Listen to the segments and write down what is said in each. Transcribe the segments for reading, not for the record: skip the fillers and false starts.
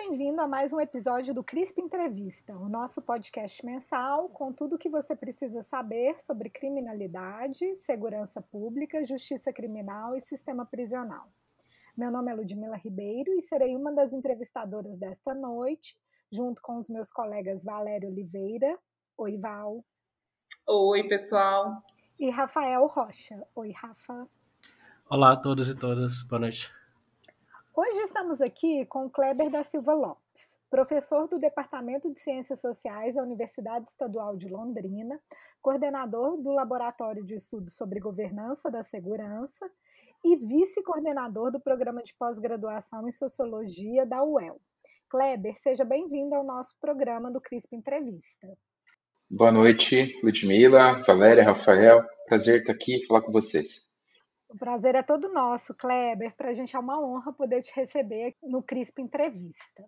bem-vindo a mais um episódio do CRISP Entrevista, o nosso podcast mensal com tudo o que você precisa saber sobre criminalidade, segurança pública, justiça criminal e sistema prisional. Meu nome é Ludmila Ribeiro e serei uma das entrevistadoras desta noite, junto com os meus colegas Valério Oliveira. Oi, Val. Oi, pessoal. E Rafael Rocha. Oi, Rafa. Olá a todos e todas, boa noite. Hoje estamos aqui com Kleber da Silva Lopes, professor do Departamento de Ciências Sociais da Universidade Estadual de Londrina, coordenador do Laboratório de Estudos sobre Governança da Segurança e vice-coordenador do Programa de Pós-Graduação em Sociologia da UEL. Kleber, seja bem-vindo ao nosso programa do CRISP Entrevista. Boa noite, Ludmila, Valéria, Rafael. Prazer estar aqui e falar com vocês. O prazer é todo nosso, Kleber. Para a gente é uma honra poder te receber no CRISP Entrevista.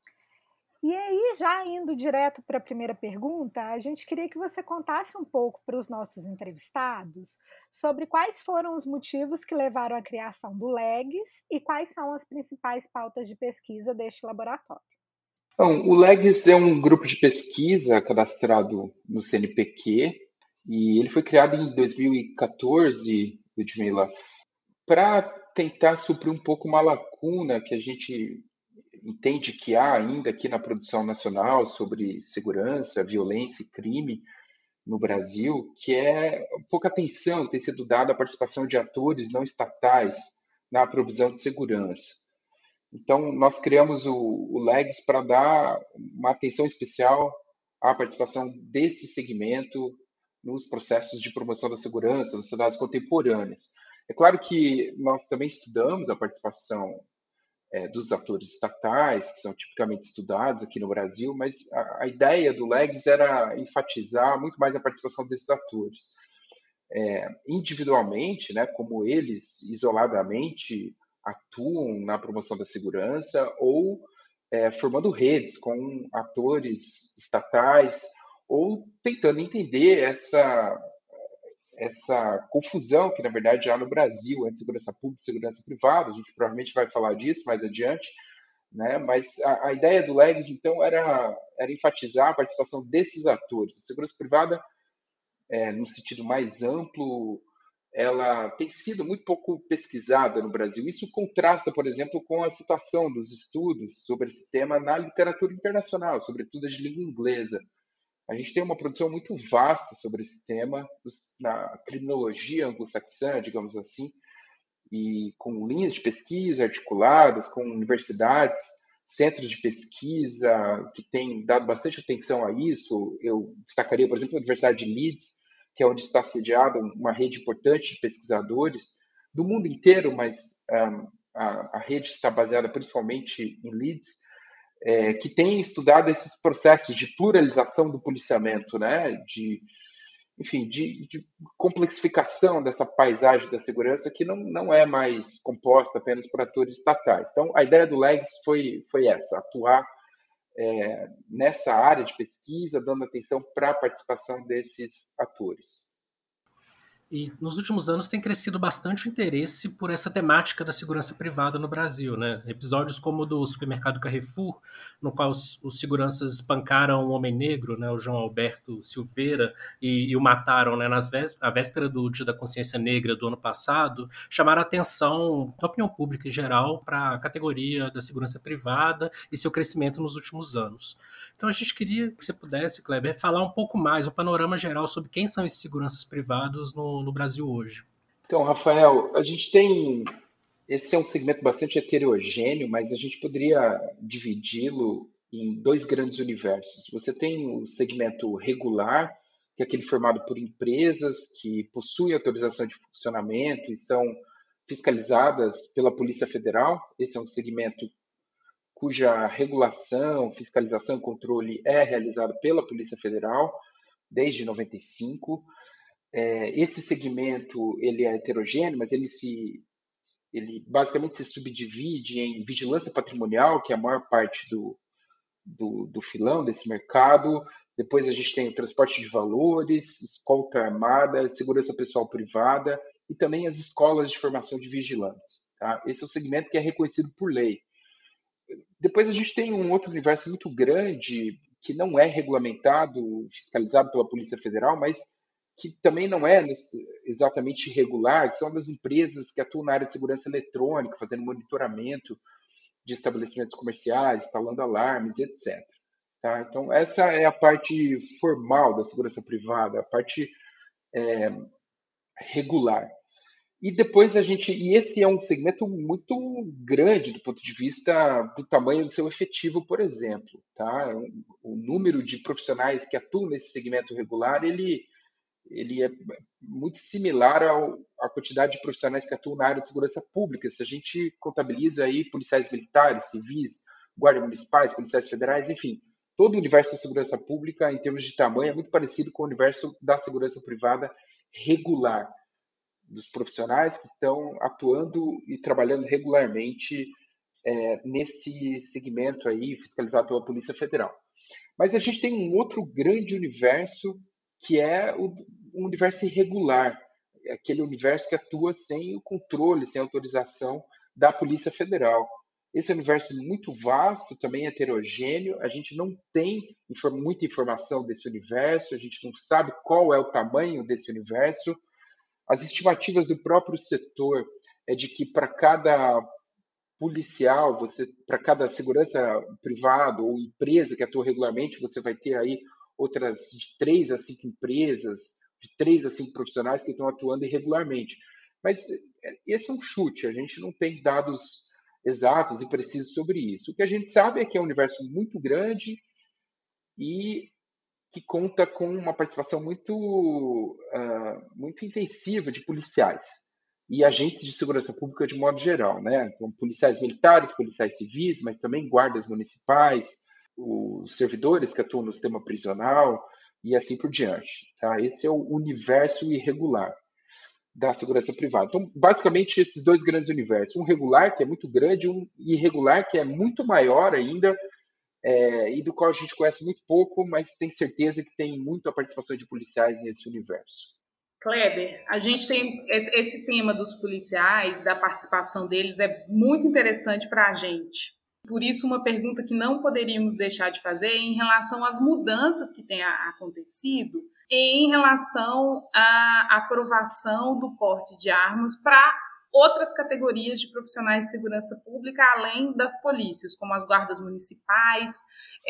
E aí, já indo direto para a primeira pergunta, a gente queria que você contasse um pouco para os nossos entrevistados sobre quais foram os motivos que levaram à criação do LEGS e quais são as principais pautas de pesquisa deste laboratório. Bom, o LEGS é um grupo de pesquisa cadastrado no CNPq e ele foi criado em 2014, Ludmila, para tentar suprir um pouco uma lacuna que a gente entende que há ainda aqui na produção nacional sobre segurança, violência e crime no Brasil, que é pouca atenção tem sido dada à participação de atores não estatais na provisão de segurança. Então, nós criamos o LEGS para dar uma atenção especial à participação desse segmento nos processos de promoção da segurança nas sociedades contemporâneas. É claro que nós também estudamos a participação dos atores estatais, que são tipicamente estudados aqui no Brasil, mas a ideia do LEGS era enfatizar muito mais a participação desses atores. Individualmente, né, como eles isoladamente atuam na promoção da segurança ou formando redes com atores estatais ou tentando entender essa confusão que, na verdade, há no Brasil entre segurança pública e segurança privada. A gente provavelmente vai falar disso mais adiante, né? Mas a ideia do LEGS, então, era enfatizar a participação desses atores. A segurança privada, no sentido mais amplo, ela tem sido muito pouco pesquisada no Brasil. Isso contrasta, por exemplo, com a situação dos estudos sobre esse tema na literatura internacional, sobretudo a de língua inglesa. A gente tem uma produção muito vasta sobre esse tema, na criminologia anglo-saxã, digamos assim, e com linhas de pesquisa articuladas, com universidades, centros de pesquisa que têm dado bastante atenção a isso. Eu destacaria, por exemplo, a Universidade de Leeds, que é onde está sediada uma rede importante de pesquisadores do mundo inteiro, mas a rede está baseada principalmente em Leeds, que tem estudado esses processos de pluralização do policiamento, né? de complexificação dessa paisagem da segurança que não é mais composta apenas por atores estatais. Então, a ideia do LEGS foi essa, atuar nessa área de pesquisa, dando atenção para a participação desses atores. E nos últimos anos tem crescido bastante o interesse por essa temática da segurança privada no Brasil, né? Episódios como o do supermercado Carrefour, no qual os seguranças espancaram um homem negro, né, o João Alberto Silveira, e o mataram, né, à véspera do Dia da Consciência Negra do ano passado, chamaram a atenção da opinião pública em geral para a categoria da segurança privada e seu crescimento nos últimos anos. Então a gente queria que você pudesse, Kleber, falar um pouco mais, um panorama geral sobre quem são esses seguranças privados no Brasil hoje. Então, Rafael, a gente tem... Esse é um segmento bastante heterogêneo, mas a gente poderia dividi-lo em dois grandes universos. Você tem o segmento regular, que é aquele formado por empresas que possuem autorização de funcionamento e são fiscalizadas pela Polícia Federal. Esse é um segmento cuja regulação, fiscalização e controle é realizado pela Polícia Federal desde 95. Esse segmento ele é heterogêneo, mas ele basicamente se subdivide em vigilância patrimonial, que é a maior parte do filão desse mercado. Depois a gente tem o transporte de valores, escolta armada, segurança pessoal privada e também as escolas de formação de vigilantes. Tá? Esse é o segmento que é reconhecido por lei. Depois a gente tem um outro universo muito grande que não é regulamentado, fiscalizado pela Polícia Federal, mas que também não é exatamente regular, que são das empresas que atuam na área de segurança eletrônica, fazendo monitoramento de estabelecimentos comerciais, instalando alarmes, etc. Tá? Então, essa é a parte formal da segurança privada, a parte regular. E depois e esse é um segmento muito grande do ponto de vista do tamanho do seu efetivo, por exemplo. Tá? O número de profissionais que atuam nesse segmento regular, ele é muito similar à quantidade de profissionais que atuam na área de segurança pública. Se a gente contabiliza aí policiais militares, civis, guardas municipais, policiais federais, enfim, todo o universo da segurança pública, em termos de tamanho, é muito parecido com o universo da segurança privada regular, dos profissionais que estão atuando e trabalhando regularmente nesse segmento aí, fiscalizado pela Polícia Federal. Mas a gente tem um outro grande universo, que é um universo irregular, aquele universo que atua sem o controle, sem autorização da Polícia Federal. Esse é um universo muito vasto, também heterogêneo, a gente não tem muita informação desse universo, a gente não sabe qual é o tamanho desse universo. As estimativas do próprio setor é de que para cada policial, para cada segurança privada ou empresa que atua regularmente, você vai ter aí outras de 3 a 5 empresas, de 3 a 5 profissionais que estão atuando irregularmente. Mas esse é um chute, a gente não tem dados exatos e precisos sobre isso. O que a gente sabe é que é um universo muito grande e que conta com uma participação muito intensiva de policiais e agentes de segurança pública de modo geral, né? Então, policiais militares, policiais civis, mas também guardas municipais, os servidores que atuam no sistema prisional e assim por diante. Tá? Esse é o universo irregular da segurança privada. Então, basicamente, esses dois grandes universos. Um regular, que é muito grande, um irregular, que é muito maior ainda, e do qual a gente conhece muito pouco, mas tem certeza que tem muita participação de policiais nesse universo. Kleber, a gente tem esse tema dos policiais, da participação deles, é muito interessante para a gente. Por isso, uma pergunta que não poderíamos deixar de fazer é em relação às mudanças que têm acontecido em relação à aprovação do porte de armas para outras categorias de profissionais de segurança pública, além das polícias, como as guardas municipais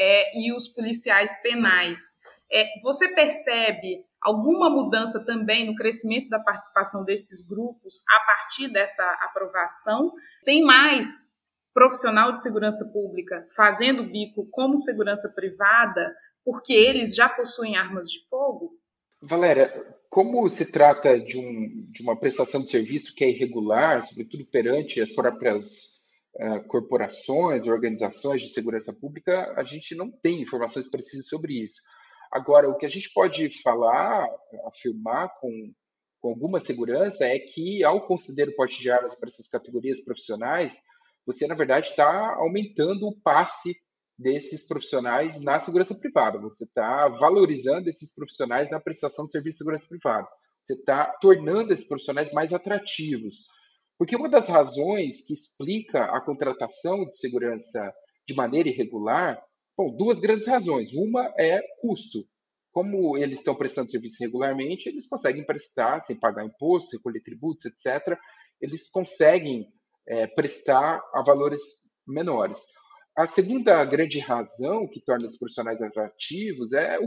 e os policiais penais. Você percebe alguma mudança também no crescimento da participação desses grupos a partir dessa aprovação? Tem mais profissional de segurança pública fazendo bico como segurança privada porque eles já possuem armas de fogo? Valéria, como se trata de uma prestação de serviço que é irregular, sobretudo perante as próprias corporações, organizações de segurança pública, a gente não tem informações precisas sobre isso. Agora, o que a gente pode falar, afirmar com alguma segurança é que, ao conceder o porte de armas para essas categorias profissionais, você, na verdade, está aumentando o passe desses profissionais na segurança privada. Você está valorizando esses profissionais na prestação de serviço de segurança privada. Você está tornando esses profissionais mais atrativos. Porque uma das razões que explica a contratação de segurança de maneira irregular, bom, duas grandes razões. Uma é custo. Como eles estão prestando serviço regularmente, eles conseguem prestar sem pagar imposto, recolher tributos, etc. Eles conseguem prestar a valores menores. A segunda grande razão que torna os profissionais atrativos é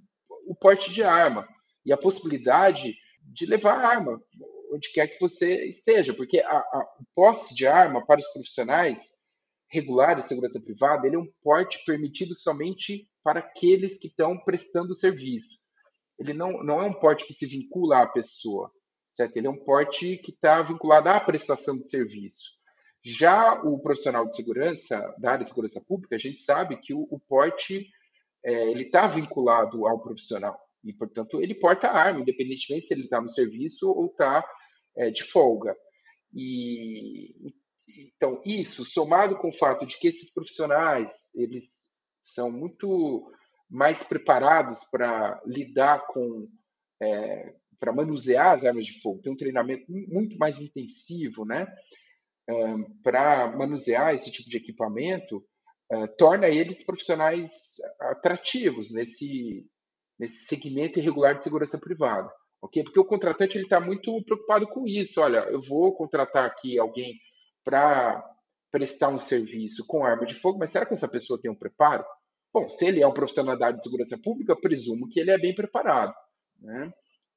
o porte de arma e a possibilidade de levar arma onde quer que você esteja, porque o posse de arma para os profissionais regulares de segurança privada, ele é um porte permitido somente para aqueles que estão prestando serviço. Ele não é um porte que se vincula à pessoa, certo? Ele é um porte que está vinculado à prestação de serviço. Já o profissional de segurança, da área de segurança pública, a gente sabe que o porte ele está vinculado ao profissional e, portanto, ele porta a arma, independentemente se ele está no serviço ou está de folga. Então, isso, somado com o fato de que esses profissionais, eles são muito mais preparados para lidar para manusear as armas de fogo, tem um treinamento muito mais intensivo, né? para manusear esse tipo de equipamento, torna eles profissionais atrativos nesse segmento irregular de segurança privada. Okay? Porque o contratante está muito preocupado com isso. Olha, eu vou contratar aqui alguém para prestar um serviço com arma de fogo, mas será que essa pessoa tem um preparo? Bom, se ele é um profissional da área de segurança pública, presumo que ele é bem preparado. Né?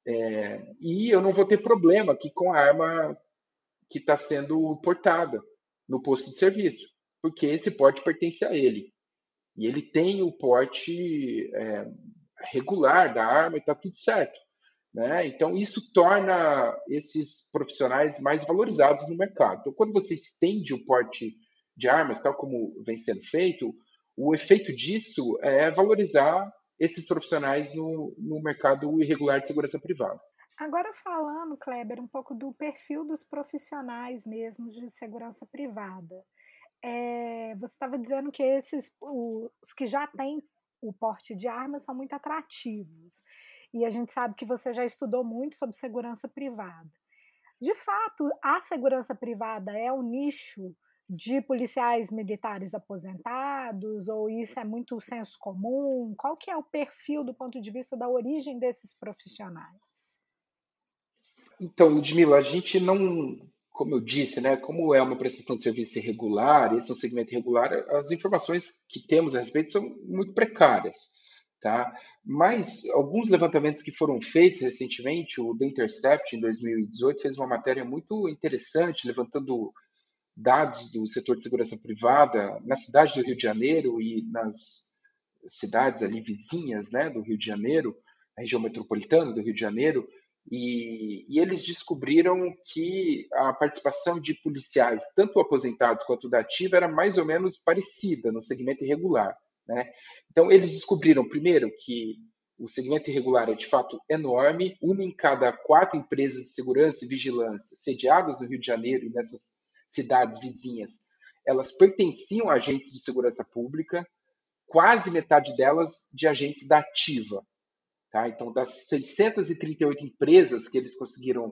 E eu não vou ter problema aqui com a arma que está sendo portada no posto de serviço, porque esse porte pertence a ele. E ele tem o porte regular da arma e está tudo certo. Né? Então, isso torna esses profissionais mais valorizados no mercado. Então, quando você estende o porte de armas, tal como vem sendo feito, o efeito disso é valorizar esses profissionais no mercado irregular de segurança privada. Agora falando, Kleber, um pouco do perfil dos profissionais mesmo de segurança privada. Você estava dizendo que os que já têm o porte de armas são muito atrativos. E a gente sabe que você já estudou muito sobre segurança privada. De fato, a segurança privada é um nicho de policiais militares aposentados, ou isso é muito senso comum? Qual que é o perfil do ponto de vista da origem desses profissionais? Então, Ludmila, a gente não, como eu disse, né, como é uma prestação de serviço irregular, esse é um segmento irregular, as informações que temos a respeito são muito precárias, tá? Mas alguns levantamentos que foram feitos recentemente, o The Intercept, em 2018, fez uma matéria muito interessante, levantando dados do setor de segurança privada na cidade do Rio de Janeiro e nas cidades ali vizinhas, né, do Rio de Janeiro, a região metropolitana do Rio de Janeiro, e eles descobriram que a participação de policiais, tanto aposentados quanto da ativa, era mais ou menos parecida no segmento irregular. Né? Então, eles descobriram, primeiro, que o segmento irregular é de fato enorme, uma em cada 4 empresas de segurança e vigilância sediadas no Rio de Janeiro e nessas cidades vizinhas, elas pertenciam a agentes de segurança pública, quase metade delas de agentes da ativa. Tá? Então, das 638 empresas que eles conseguiram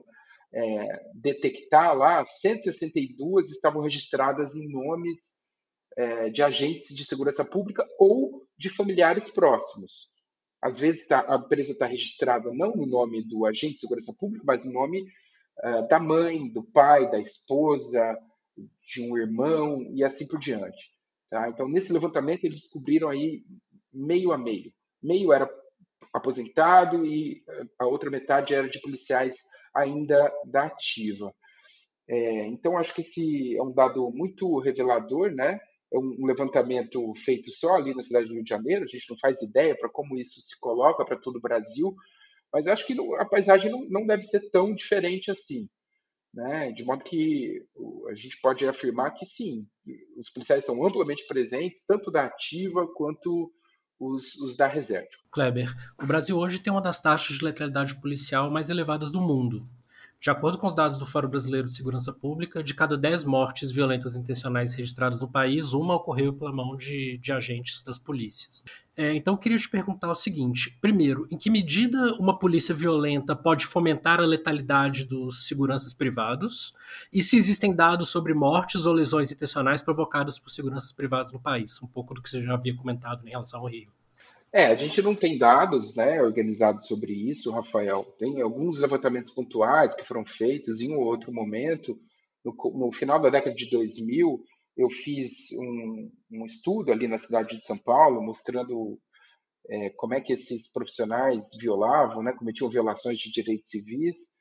detectar lá, 162 estavam registradas em nomes de agentes de segurança pública ou de familiares próximos. Às vezes a empresa está registrada não no nome do agente de segurança pública, mas no nome da mãe, do pai, da esposa, de um irmão e assim por diante. Tá? Então, nesse levantamento, eles descobriram aí meio a meio. Meio era aposentado e a outra metade era de policiais ainda da ativa. Então, acho que esse é um dado muito revelador, né? É um levantamento feito só ali na cidade do Rio de Janeiro, a gente não faz ideia para como isso se coloca para todo o Brasil, mas acho que a paisagem não deve ser tão diferente assim. Né? De modo que a gente pode afirmar que sim, os policiais são amplamente presentes, tanto da ativa quanto os da reserva. Kleber, o Brasil hoje tem uma das taxas de letalidade policial mais elevadas do mundo. De acordo com os dados do Fórum Brasileiro de Segurança Pública, de cada 10 mortes violentas intencionais registradas no país, uma ocorreu pela mão de agentes das polícias. Então, eu queria te perguntar o seguinte. Primeiro, em que medida uma polícia violenta pode fomentar a letalidade dos seguranças privados? E se existem dados sobre mortes ou lesões intencionais provocadas por seguranças privados no país? Um pouco do que você já havia comentado em relação ao Rio. A gente não tem dados, né, organizados sobre isso, Rafael. Tem alguns levantamentos pontuais que foram feitos em um ou outro momento. No final da década de 2000, eu fiz um estudo ali na cidade de São Paulo, mostrando como é que esses profissionais violavam, né, cometiam violações de direitos civis.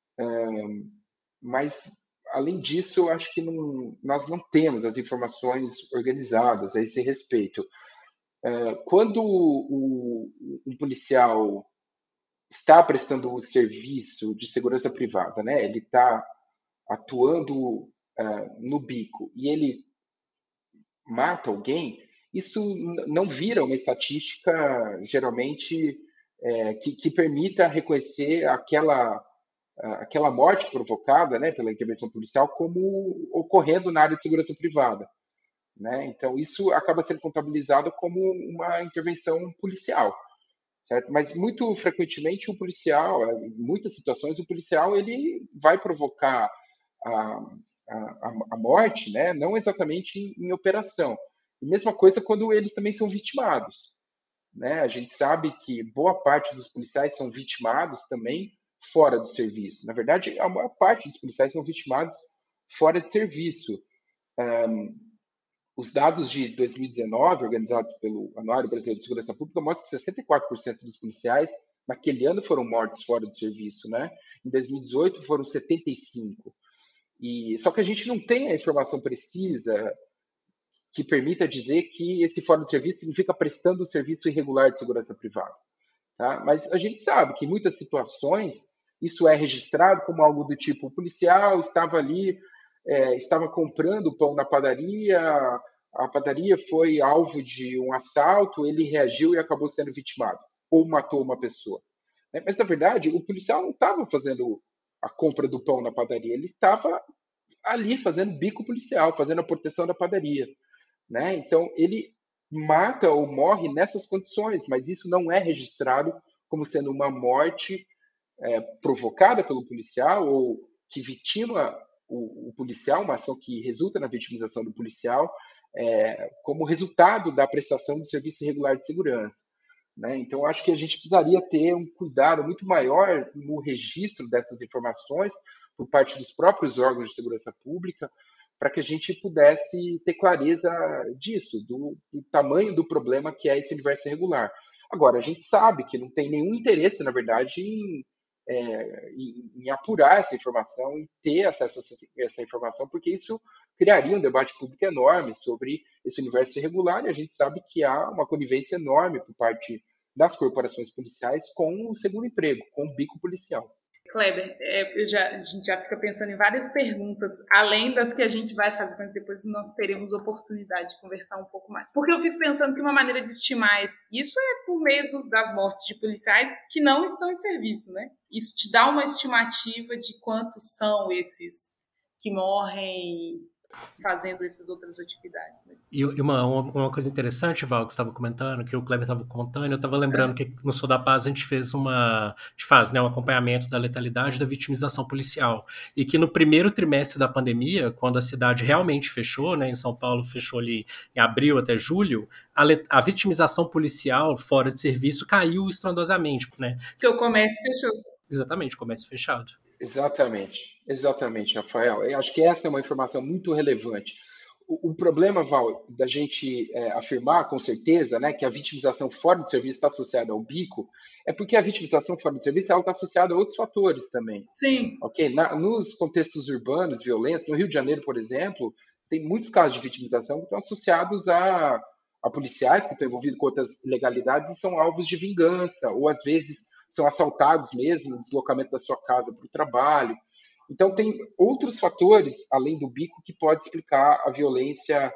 Mas, além disso, eu acho que nós não temos as informações organizadas a esse respeito. Quando um policial está prestando o serviço de segurança privada, né, ele está atuando no bico e ele mata alguém, isso não vira uma estatística, geralmente, que permita reconhecer aquela morte provocada, né, pela intervenção policial como ocorrendo na área de segurança privada. Né? Então, isso acaba sendo contabilizado como uma intervenção policial. Certo? Mas, muito frequentemente, em muitas situações, o policial ele vai provocar a morte, né, não exatamente em operação. E mesma coisa quando eles também são vitimados, né? A gente sabe que boa parte dos policiais são vitimados também fora do serviço. Na verdade, a maior parte dos policiais são vitimados fora de serviço. Os dados de 2019, organizados pelo Anuário Brasileiro de Segurança Pública, mostram que 64% dos policiais naquele ano foram mortos fora do serviço, né? Em 2018 foram 75%. Só que a gente não tem a informação precisa que permita dizer que esse fora do serviço significa prestando o serviço irregular de segurança privada. Tá? Mas a gente sabe que em muitas situações isso é registrado como algo do tipo: o policial estava ali, estava comprando pão na padaria, a padaria foi alvo de um assalto, ele reagiu e acabou sendo vitimado, ou matou uma pessoa. Mas, na verdade, o policial não estava fazendo a compra do pão na padaria, ele estava ali fazendo bico policial, fazendo a proteção da padaria. Né? Então, ele mata ou morre nessas condições, mas isso não é registrado como sendo uma morte provocada pelo policial ou que vitima o policial, uma ação que resulta na vitimização do policial, como resultado da prestação do serviço irregular de segurança. Né? Então, acho que a gente precisaria ter um cuidado muito maior no registro dessas informações por parte dos próprios órgãos de segurança pública, para que a gente pudesse ter clareza disso, do tamanho do problema que é esse universo irregular. Agora, a gente sabe que não tem nenhum interesse, na verdade, em apurar essa informação e ter acesso a essa informação, porque isso criaria um debate público enorme sobre esse universo irregular, e a gente sabe que há uma conivência enorme por parte das corporações policiais com o segundo emprego, com o bico policial. Kleber, a gente já fica pensando em várias perguntas, além das que a gente vai fazer, mas depois nós teremos oportunidade de conversar um pouco mais. Porque eu fico pensando que uma maneira de estimar isso é por meio das mortes de policiais que não estão em serviço, né? Isso te dá uma estimativa de quantos são esses que morrem fazendo essas outras atividades. Né? E uma coisa interessante, Val, que você estava comentando, que o Kleber estava contando, eu estava lembrando que no Sou da Paz a gente faz um acompanhamento da letalidade e da vitimização policial. E que no primeiro trimestre da pandemia, quando a cidade realmente fechou, né, em São Paulo fechou ali em abril até julho, a vitimização policial fora de serviço caiu estrondosamente. Né? Porque o comércio fechou. Exatamente, comércio fechado. Exatamente, Rafael. Eu acho que essa é uma informação muito relevante. O problema, Val, da gente afirmar com certeza, né, que a vitimização fora do serviço está associada ao bico, é porque a vitimização fora do serviço está associada a outros fatores também. Sim. Okay? Nos contextos urbanos violentos, no Rio de Janeiro, por exemplo, tem muitos casos de vitimização que estão associados a policiais que estão envolvidos com outras ilegalidades e são alvos de vingança, ou às vezes são assaltados mesmo no deslocamento da sua casa para o trabalho. Então, tem outros fatores, além do bico, que pode explicar a violência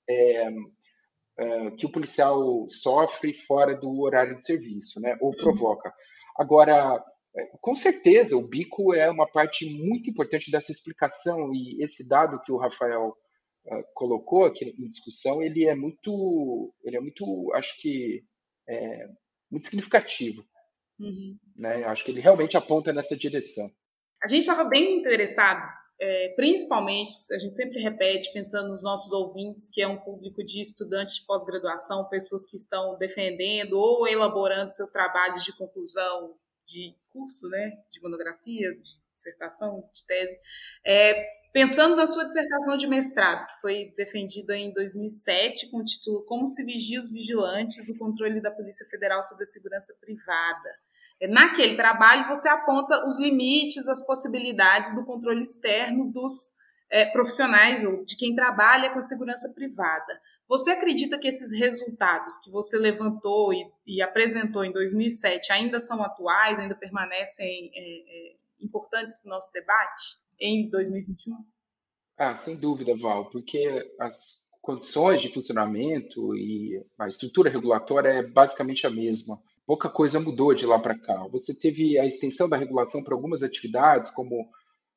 que o policial sofre fora do horário de serviço, né, ou provoca. Agora, com certeza, o bico é uma parte muito importante dessa explicação, e esse dado que o Rafael colocou aqui em discussão, ele é muito, acho que, muito significativo. Uhum. Né? Acho que ele realmente aponta nessa direção. A gente estava bem interessado, principalmente, a gente sempre repete, pensando nos nossos ouvintes, que é um público de estudantes de pós-graduação, pessoas que estão defendendo ou elaborando seus trabalhos de conclusão de curso, né, de monografia, de dissertação, de tese, pensando na sua dissertação de mestrado, que foi defendida em 2007, com o título Como se vigia os vigilantes, o controle da Polícia Federal sobre a segurança privada. Naquele trabalho, você aponta os limites, as possibilidades do controle externo dos profissionais ou de quem trabalha com a segurança privada. Você acredita que esses resultados que você levantou e apresentou em 2007 ainda são atuais, ainda permanecem importantes para o nosso debate em 2021? Sem dúvida, Val, porque as condições de funcionamento e a estrutura regulatória é basicamente a mesma. Pouca coisa mudou de lá para cá. Você teve a extensão da regulação para algumas atividades, como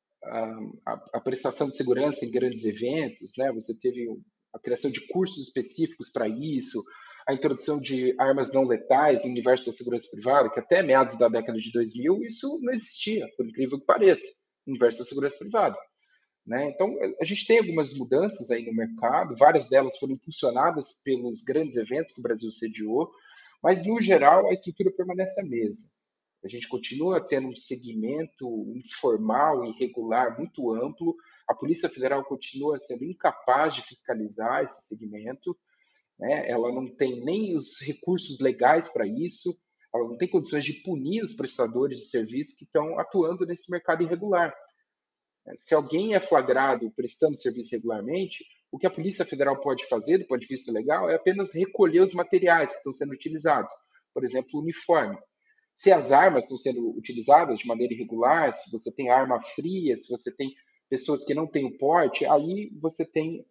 a prestação de segurança em grandes eventos, né? Você teve a criação de cursos específicos para isso, a introdução de armas não letais no universo da segurança privada, que até meados da década de 2000 isso não existia, por incrível que pareça, no universo da segurança privada. né? Então, a gente tem algumas mudanças aí no mercado, várias delas foram impulsionadas pelos grandes eventos que o Brasil sediou, mas, no geral, a estrutura permanece a mesma. A gente continua tendo um segmento informal e irregular muito amplo, a Polícia Federal continua sendo incapaz de fiscalizar esse segmento, né? Ela não tem nem os recursos legais para isso, ela não tem condições de punir os prestadores de serviço que estão atuando nesse mercado irregular. Se alguém é flagrado prestando serviço regularmente, o que a Polícia Federal pode fazer, do ponto de vista legal, é apenas recolher os materiais que estão sendo utilizados, por exemplo, o uniforme. Se as armas estão sendo utilizadas de maneira irregular, se você tem arma fria, se você tem pessoas que não têm o porte, aí você tem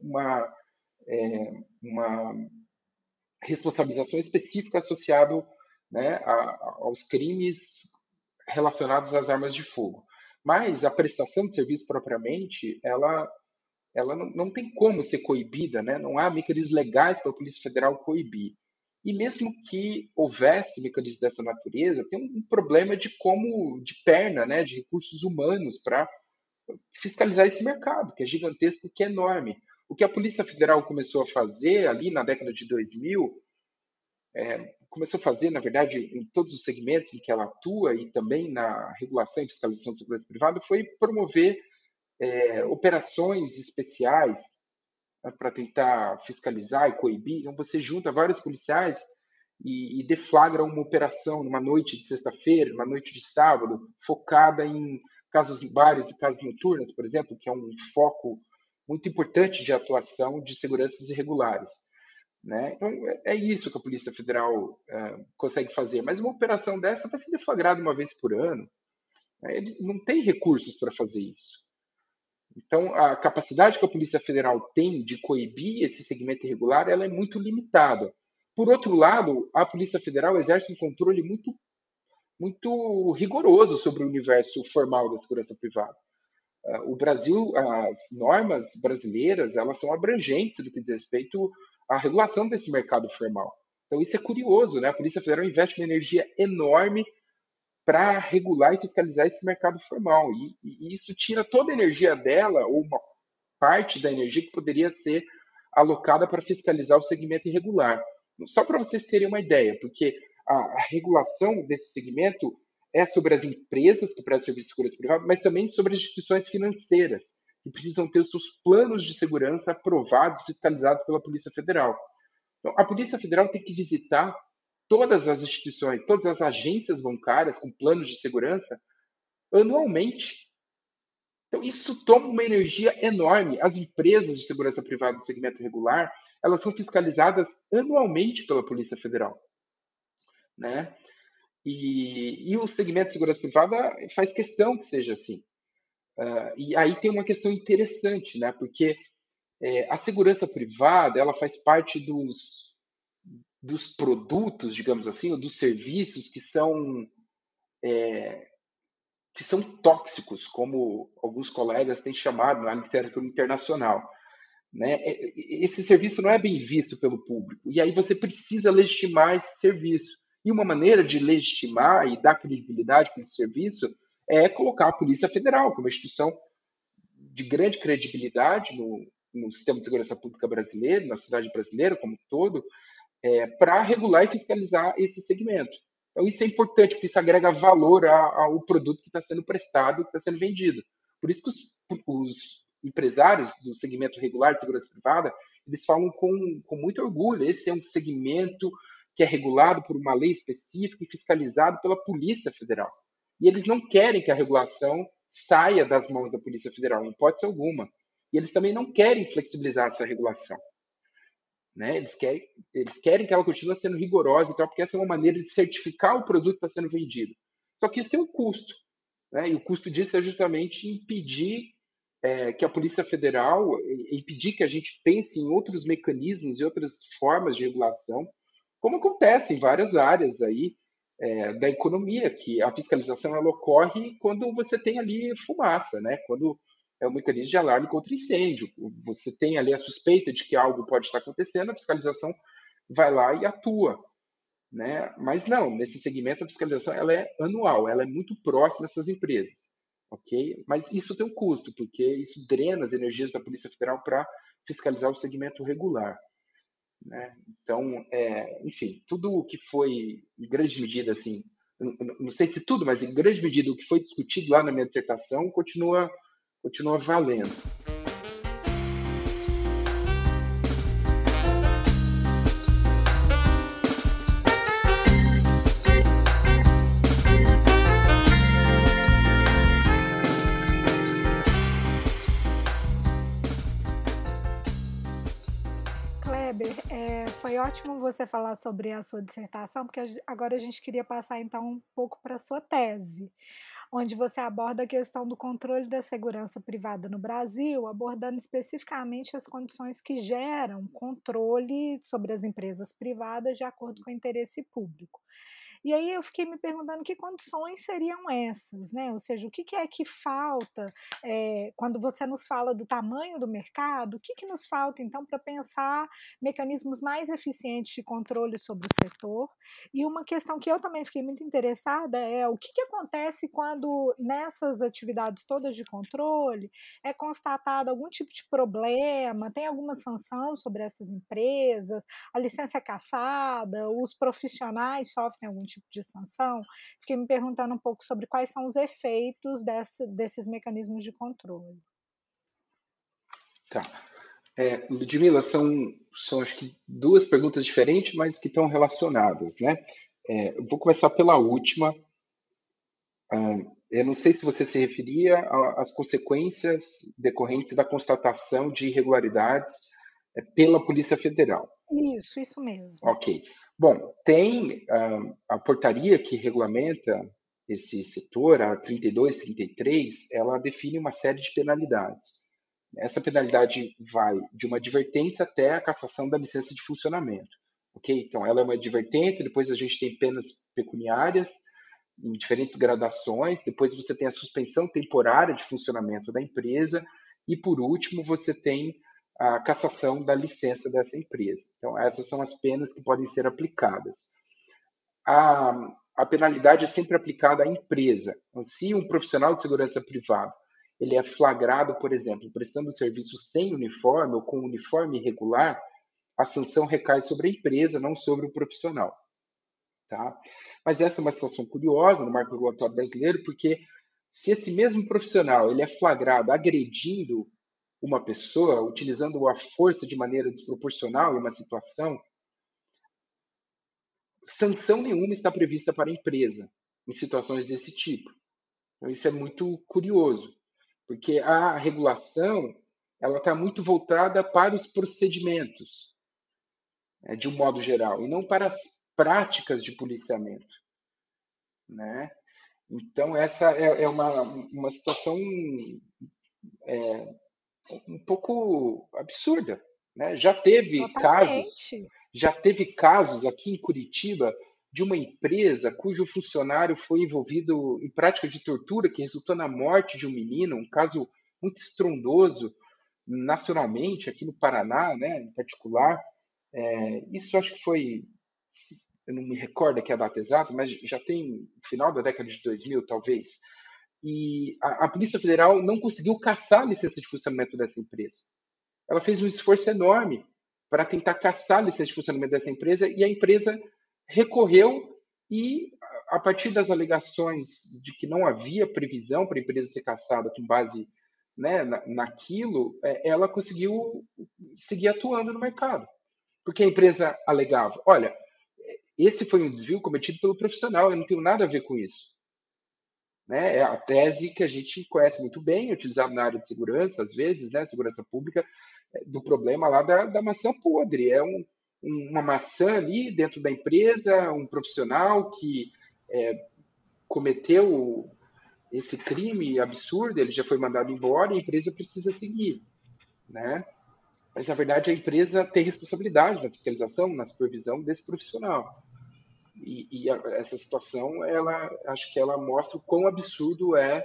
uma responsabilização específica associada, né, aos crimes relacionados às armas de fogo. Mas a prestação de serviço propriamente, ela não tem como ser coibida, né? Não há mecanismos legais para a Polícia Federal coibir. E mesmo que houvesse mecanismos dessa natureza, tem um problema de perna, né, de recursos humanos para fiscalizar esse mercado, que é gigantesco, que é enorme. O que a Polícia Federal começou a fazer ali na década de 2000, começou a fazer, na verdade, em todos os segmentos em que ela atua e também na regulação e fiscalização de segurança privada, foi promover operações especiais, né, para tentar fiscalizar e coibir. Então, você junta vários policiais e deflagra uma operação numa noite de sexta-feira, numa noite de sábado, focada em casas, bares e casas noturnas, por exemplo, que é um foco muito importante de atuação de seguranças irregulares, né? Então, é isso que a Polícia Federal consegue fazer. Mas uma operação dessa vai ser deflagrada uma vez por ano, né? Eles não têm recursos para fazer isso. Então, a capacidade que a Polícia Federal tem de coibir esse segmento irregular, ela é muito limitada. Por outro lado, a Polícia Federal exerce um controle muito rigoroso sobre o universo formal da segurança privada. O Brasil, as normas brasileiras, elas são abrangentes no que diz respeito à regulação desse mercado formal. Então, isso é curioso, né? A Polícia Federal investe uma energia enorme para regular e fiscalizar esse mercado formal. E isso tira toda a energia dela, ou uma parte da energia que poderia ser alocada para fiscalizar o segmento irregular. Só para vocês terem uma ideia, porque a regulação desse segmento é sobre as empresas que prestam serviço de segurança privada, mas também sobre as instituições financeiras, que precisam ter os seus planos de segurança aprovados, fiscalizados pela Polícia Federal. Então, a Polícia Federal tem que visitar todas as instituições, todas as agências bancárias com planos de segurança anualmente. Então, isso toma uma energia enorme. As empresas de segurança privada do segmento regular, elas são fiscalizadas anualmente pela Polícia Federal, né? E o segmento de segurança privada faz questão que seja assim. E aí tem uma questão interessante, né? Porque a segurança privada, ela faz parte dos produtos, digamos assim, ou dos serviços que são tóxicos, como alguns colegas têm chamado na literatura internacional, né? Esse serviço não é bem visto pelo público, e aí você precisa legitimar esse serviço. E uma maneira de legitimar e dar credibilidade para esse serviço é colocar a Polícia Federal como uma instituição de grande credibilidade no sistema de segurança pública brasileiro, na sociedade brasileira como um todo, para regular e fiscalizar esse segmento. Então, isso é importante, porque isso agrega valor ao produto que está sendo prestado, que está sendo vendido. Por isso que os empresários do segmento regular de segurança privada, eles falam com muito orgulho. Esse é um segmento que é regulado por uma lei específica e fiscalizado pela Polícia Federal. E eles não querem que a regulação saia das mãos da Polícia Federal, em hipótese alguma. E eles também não querem flexibilizar essa regulação, né? Eles querem que ela continue sendo rigorosa, então, porque essa é uma maneira de certificar o produto que está sendo vendido. Só que isso tem um custo, né? E o custo disso é justamente impedir que a Polícia Federal, impedir que a gente pense em outros mecanismos e outras formas de regulação, como acontece em várias áreas aí da economia, que a fiscalização ela ocorre quando você tem ali fumaça, né? Quando é um mecanismo de alarme contra incêndio. Você tem ali a suspeita de que algo pode estar acontecendo, a fiscalização vai lá e atua, né? Mas não, nesse segmento a fiscalização ela é anual, ela é muito próxima dessas empresas. ok? Mas isso tem um custo, porque isso drena as energias da Polícia Federal para fiscalizar o segmento regular, né? Então, enfim, tudo o que foi, em grande medida, assim, não sei se tudo, mas em grande medida o que foi discutido lá na minha dissertação continua valendo. Kleber, foi ótimo você falar sobre a sua dissertação, porque agora a gente queria passar então um pouco para a sua tese, onde você aborda a questão do controle da segurança privada no Brasil, abordando especificamente as condições que geram controle sobre as empresas privadas de acordo com o interesse público. E aí eu fiquei me perguntando que condições seriam essas, né? Ou seja, o que é que falta quando você nos fala do tamanho do mercado, o que nos falta então para pensar mecanismos mais eficientes de controle sobre o setor? E uma questão que eu também fiquei muito interessada é o que acontece quando nessas atividades todas de controle é constatado algum tipo de problema, tem alguma sanção sobre essas empresas, a licença é cassada, os profissionais sofrem algum tipo de sanção? Fiquei me perguntando um pouco sobre quais são os efeitos desses mecanismos de controle. Tá. Ludmila, são acho que duas perguntas diferentes, mas que estão relacionadas, né? Eu vou começar pela última. Eu não sei se você se referia às consequências decorrentes da constatação de irregularidades pela Polícia Federal. Isso mesmo. Ok. Bom, tem a portaria que regulamenta esse setor, a 3233, ela define uma série de penalidades. Essa penalidade vai de uma advertência até a cassação da licença de funcionamento. Ok? Então, ela é uma advertência, depois a gente tem penas pecuniárias em diferentes gradações, depois você tem a suspensão temporária de funcionamento da empresa e, por último, você tem a cassação da licença dessa empresa. Então, essas são as penas que podem ser aplicadas. A penalidade é sempre aplicada à empresa. Então, se um profissional de segurança privado ele é flagrado, por exemplo, prestando serviço sem uniforme ou com uniforme irregular, a sanção recai sobre a empresa, não sobre o profissional. Tá? Mas essa é uma situação curiosa no marco regulatório brasileiro, porque se esse mesmo profissional ele é flagrado agredindo uma pessoa, utilizando a força de maneira desproporcional em uma situação, sanção nenhuma está prevista para a empresa em situações desse tipo. Então, isso é muito curioso, porque a regulação ela está muito voltada para os procedimentos, de um modo geral, e não para as práticas de policiamento, né? Então, essa é uma situação um pouco absurda, né? Já teve casos aqui em Curitiba de uma empresa cujo funcionário foi envolvido em prática de tortura que resultou na morte de um menino, um caso muito estrondoso nacionalmente, aqui no Paraná, né, em particular. Isso acho que foi, eu não me recordo aqui a data exata, mas já tem final da década de 2000, talvez. E a Polícia Federal não conseguiu cassar a licença de funcionamento dessa empresa. Ela fez um esforço enorme para tentar cassar a licença de funcionamento dessa empresa e a empresa recorreu e, a partir das alegações de que não havia previsão para a empresa ser cassada com base, né, naquilo, ela conseguiu seguir atuando no mercado. Porque a empresa alegava, olha, esse foi um desvio cometido pelo profissional, eu não tenho nada a ver com isso. Né? É a tese que a gente conhece muito bem, utilizada na área de segurança, às vezes, né, segurança pública, do problema lá da maçã podre. É uma maçã ali dentro da empresa, um profissional que cometeu esse crime absurdo, ele já foi mandado embora e a empresa precisa seguir, né? Mas, na verdade, a empresa tem responsabilidade na fiscalização, na supervisão desse profissional. E essa situação, acho que ela mostra o quão absurdo é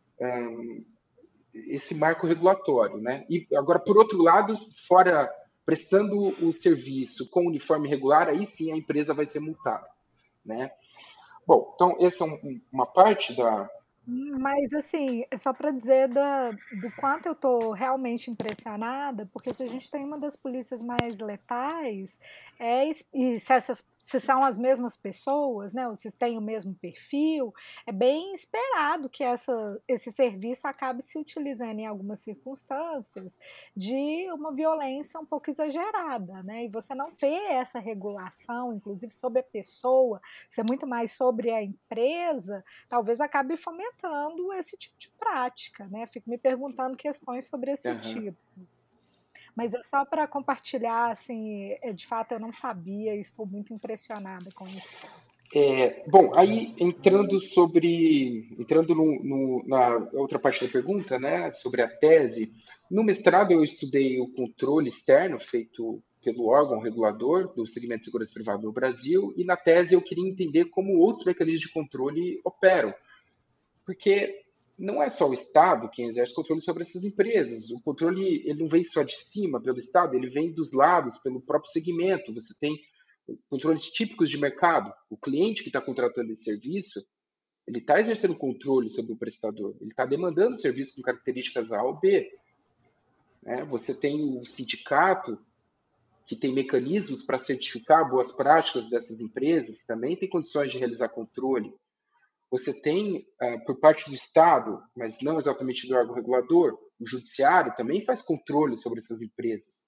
esse marco regulatório, né? E agora, por outro lado, fora prestando o serviço com uniforme regular, aí sim a empresa vai ser multada, né? Bom, então essa é uma parte Mas, assim, é só para dizer do quanto eu estou realmente impressionada, porque se a gente tem uma das polícias mais letais, e se são as mesmas pessoas, né, ou se tem o mesmo perfil, é bem esperado que esse serviço acabe se utilizando em algumas circunstâncias de uma violência um pouco exagerada, né? E você não ter essa regulação, inclusive sobre a pessoa, ser muito mais sobre a empresa, talvez acabe fomentando esse tipo de prática, né? Fico me perguntando questões sobre esse Aham. tipo. Mas é só para compartilhar, assim, de fato eu não sabia e estou muito impressionada com esse ponto. Bom, aí entrando na outra parte da pergunta, né, sobre a tese, no mestrado eu estudei o controle externo feito pelo órgão regulador do segmento de segurança privada no Brasil, e na tese eu queria entender como outros mecanismos de controle operam, porque não é só o Estado quem exerce controle sobre essas empresas. O controle ele não vem só de cima pelo Estado, ele vem dos lados pelo próprio segmento. Você tem controles típicos de mercado. O cliente que está contratando esse serviço, ele está exercendo controle sobre o prestador. Ele está demandando serviço com características A ou B. Né? Você tem o sindicato que tem mecanismos para certificar boas práticas dessas empresas, também tem condições de realizar controle. Você tem, por parte do Estado, mas não exatamente do órgão regulador, o judiciário também faz controle sobre essas empresas.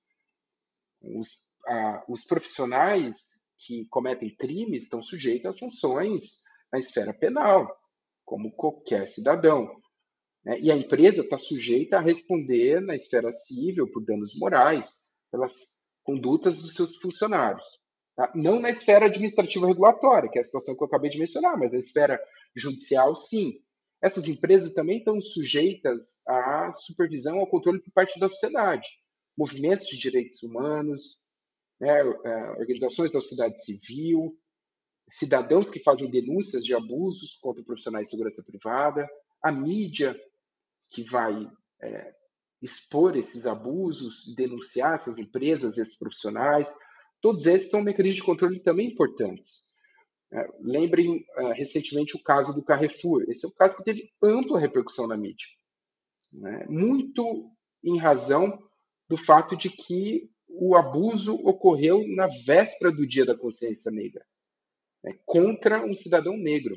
Os profissionais que cometem crimes estão sujeitos a sanções na esfera penal, como qualquer cidadão. Né? E a empresa está sujeita a responder na esfera civil por danos morais, pelas condutas dos seus funcionários. Tá? Não na esfera administrativa regulatória, que é a situação que eu acabei de mencionar, mas na esfera judicial, sim. Essas empresas também estão sujeitas à supervisão, ao controle por parte da sociedade. Movimentos de direitos humanos, né, organizações da sociedade civil, cidadãos que fazem denúncias de abusos contra profissionais de segurança privada, a mídia que vai expor esses abusos, denunciar essas empresas, esses profissionais. Todos esses são mecanismos de controle também importantes. Lembrem recentemente o caso do Carrefour. Esse é um caso que teve ampla repercussão na mídia. Né? Muito em razão do fato de que o abuso ocorreu na véspera do Dia da Consciência Negra, né? Contra um cidadão negro.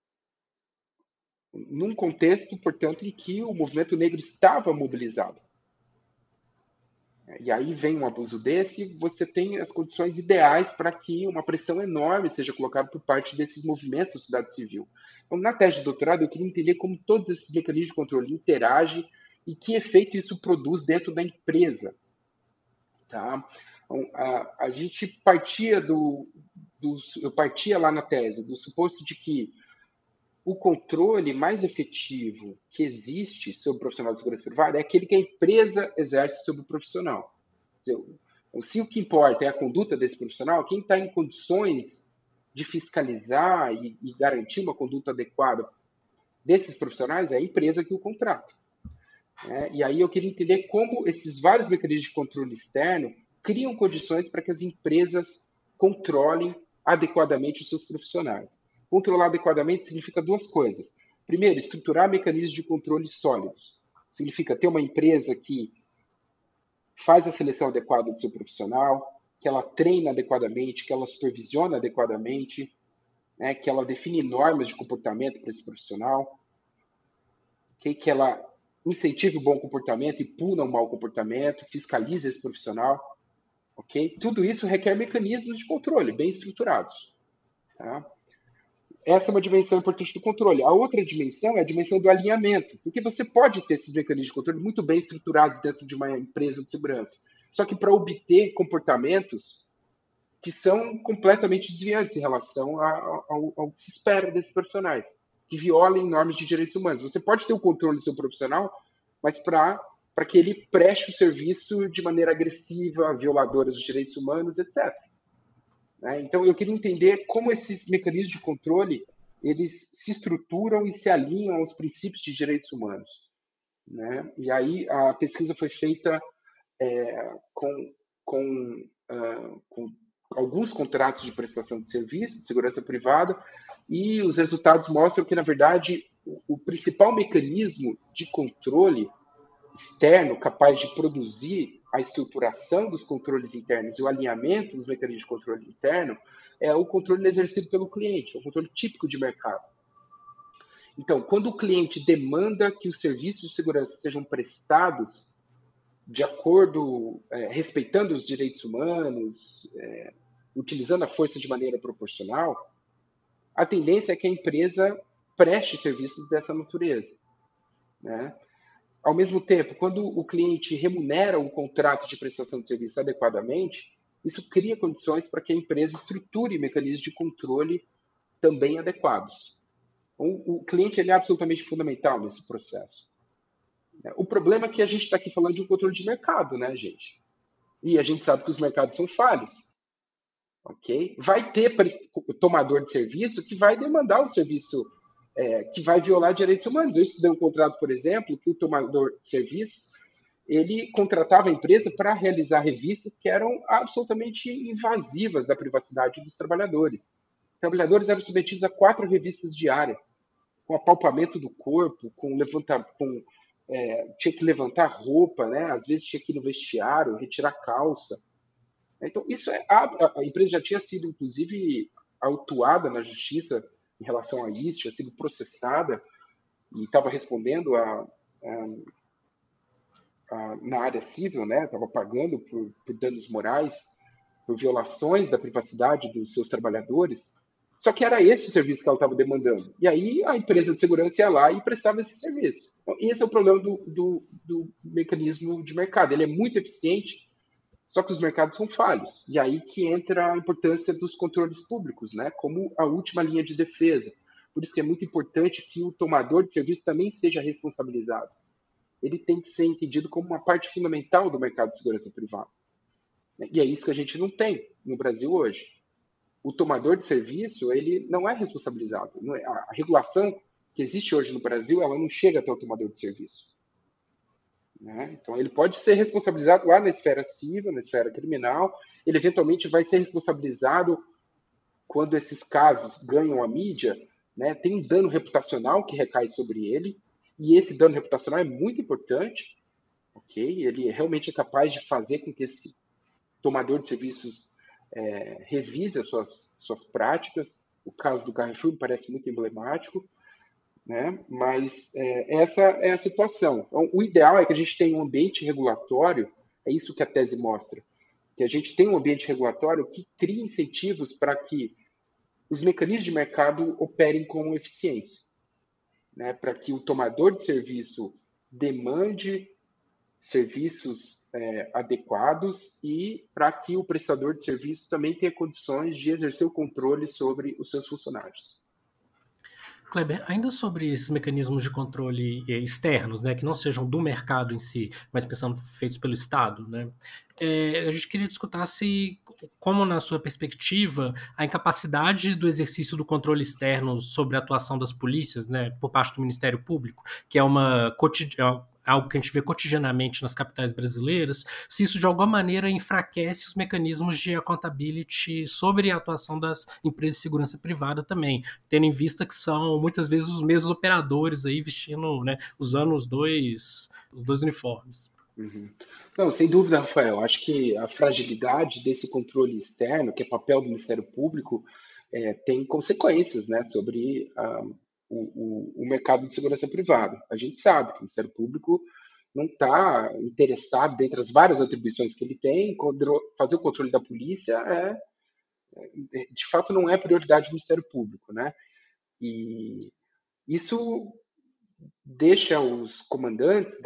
Num contexto, portanto, em que o movimento negro estava mobilizado. E aí vem um abuso desse, você tem as condições ideais para que uma pressão enorme seja colocada por parte desses movimentos da sociedade civil. Então, na tese de doutorado, eu queria entender como todos esses mecanismos de controle interagem e que efeito isso produz dentro da empresa. Tá? Então, a gente partia eu partia lá na tese do suposto de que o controle mais efetivo que existe sobre o profissional de segurança privada é aquele que a empresa exerce sobre o profissional. Se o que importa é a conduta desse profissional, quem está em condições de fiscalizar e garantir uma conduta adequada desses profissionais é a empresa que o contrata. E aí eu queria entender como esses vários mecanismos de controle externo criam condições para que as empresas controlem adequadamente os seus profissionais. Controlar adequadamente significa duas coisas. Primeiro, estruturar mecanismos de controle sólidos. Significa ter uma empresa que faz a seleção adequada do seu profissional, que ela treina adequadamente, que ela supervisiona adequadamente, né, que ela define normas de comportamento para esse profissional, que ela incentive o bom comportamento e puna o mau comportamento, fiscalize esse profissional. Okay? Tudo isso requer mecanismos de controle bem estruturados. Tá? Essa é uma dimensão importante do controle. A outra dimensão é a dimensão do alinhamento, porque você pode ter esses mecanismos de controle muito bem estruturados dentro de uma empresa de segurança, só que para obter comportamentos que são completamente desviantes em relação ao que se espera desses profissionais, que violem normas de direitos humanos. Você pode ter o controle do seu profissional, mas para que ele preste o serviço de maneira agressiva, violadora dos direitos humanos, etc. Então, eu queria entender como esses mecanismos de controle eles se estruturam e se alinham aos princípios de direitos humanos. Né? E aí a pesquisa foi feita com alguns contratos de prestação de serviço, de segurança privada, e os resultados mostram que, na verdade, o principal mecanismo de controle externo capaz de produzir a estruturação dos controles internos e o alinhamento dos mecanismos de controle interno é o controle exercido pelo cliente, é o controle típico de mercado. Então, quando o cliente demanda que os serviços de segurança sejam prestados de acordo, respeitando os direitos humanos, utilizando a força de maneira proporcional, a tendência é que a empresa preste serviços dessa natureza, né? Ao mesmo tempo, quando o cliente remunera o contrato de prestação de serviço adequadamente, isso cria condições para que a empresa estruture mecanismos de controle também adequados. O cliente ele é absolutamente fundamental nesse processo. O problema é que a gente está aqui falando de um controle de mercado, né, gente? E a gente sabe que os mercados são falhos. Ok? Vai ter tomador de serviço que vai demandar o serviço que vai violar direitos humanos. Eu estudei um contrato, por exemplo, que o tomador de serviço ele contratava a empresa para realizar revistas que eram absolutamente invasivas da privacidade dos trabalhadores. Os trabalhadores eram submetidos a 4 revistas diárias, com apalpamento do corpo, tinha que levantar roupa, né? Às vezes tinha que ir no vestiário, retirar calça. Então, isso a empresa já tinha sido, inclusive, autuada na justiça em relação a isso, tinha sido processada e estava respondendo na área civil, né? Estava pagando por danos morais, por violações da privacidade dos seus trabalhadores. Só que era esse o serviço que ela estava demandando. E aí a empresa de segurança ia lá e prestava esse serviço. Então, esse é o problema do mecanismo de mercado. Ele é muito eficiente, só que os mercados são falhos. E aí que entra a importância dos controles públicos, né, como a última linha de defesa. Por isso que é muito importante que o tomador de serviço também seja responsabilizado. Ele tem que ser entendido como uma parte fundamental do mercado de segurança privada. E é isso que a gente não tem no Brasil hoje. O tomador de serviço, ele não é responsabilizado. A regulação que existe hoje no Brasil, ela não chega até o tomador de serviço. Né? Então, ele pode ser responsabilizado lá na esfera civil, na esfera criminal. Ele, eventualmente, vai ser responsabilizado quando esses casos ganham a mídia. Né? Tem um dano reputacional que recai sobre ele. E esse dano reputacional é muito importante. Okay? Ele realmente é capaz de fazer com que esse tomador de serviços revise as suas práticas. O caso do Carrefour me parece muito emblemático, né? Mas essa é a situação. Então, o ideal é que a gente tenha um ambiente regulatório, é isso que a tese mostra, que a gente tenha um ambiente regulatório que crie incentivos para que os mecanismos de mercado operem com eficiência, né? Para que o tomador de serviço demande serviços adequados e para que o prestador de serviço também tenha condições de exercer o controle sobre os seus funcionários. Kleber, ainda sobre esses mecanismos de controle externos, né, que não sejam do mercado em si, mas pensando feitos pelo Estado, né, a gente queria discutir como, na sua perspectiva, a incapacidade do exercício do controle externo sobre a atuação das polícias, né, por parte do Ministério Público, que é algo que a gente vê cotidianamente nas capitais brasileiras, se isso de alguma maneira enfraquece os mecanismos de accountability sobre a atuação das empresas de segurança privada também, tendo em vista que são muitas vezes os mesmos operadores aí vestindo, né, usando os dois uniformes. Uhum. Não, sem dúvida, Rafael. Acho que a fragilidade desse controle externo, que é papel do Ministério Público, tem consequências, né, sobre o mercado de segurança privada. A gente sabe que o Ministério Público não está interessado, dentre as várias atribuições que ele tem, fazer o controle da polícia de fato não é prioridade do Ministério Público, né? E isso deixa os comandantes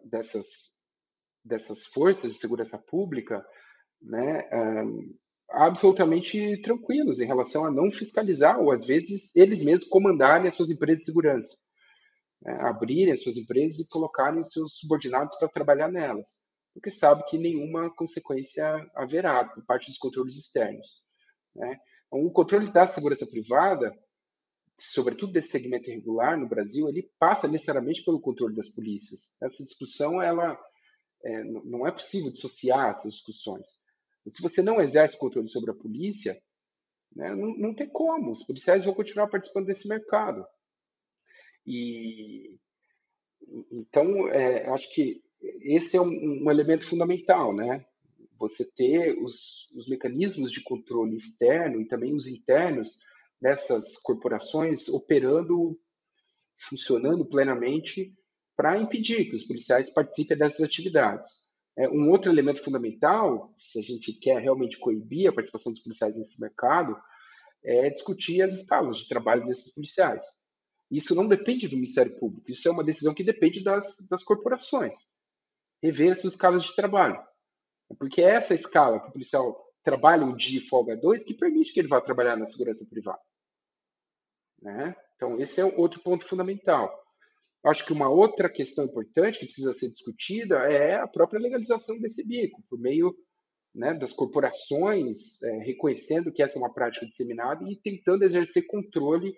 dessas forças de segurança pública, né, absolutamente tranquilos em relação a não fiscalizar, ou às vezes eles mesmos comandarem as suas empresas de segurança, né, abrirem as suas empresas e colocarem os seus subordinados para trabalhar nelas, porque sabe que nenhuma consequência haverá por parte dos controles externos. Né? Então, o controle da segurança privada, sobretudo desse segmento irregular no Brasil, ele passa necessariamente pelo controle das polícias. Essa discussão, não é possível dissociar essas discussões. Se você não exerce controle sobre a polícia, né, não tem como. Os policiais vão continuar participando desse mercado. E então, acho que esse é um elemento fundamental, né? Você ter os mecanismos de controle externo e também os internos dessas corporações operando, funcionando plenamente para impedir que os policiais participem dessas atividades. Um outro elemento fundamental, se a gente quer realmente coibir a participação dos policiais nesse mercado, é discutir as escalas de trabalho desses policiais. Isso não depende do Ministério Público, isso é uma decisão que depende das corporações. Rever as suas escalas de trabalho. Porque é essa escala que o policial trabalha um dia e folga dois que permite que ele vá trabalhar na segurança privada. Né? Então, esse é outro ponto fundamental. Acho que uma outra questão importante que precisa ser discutida é a própria legalização desse bico, por meio, né, das corporações reconhecendo que essa é uma prática disseminada e tentando exercer controle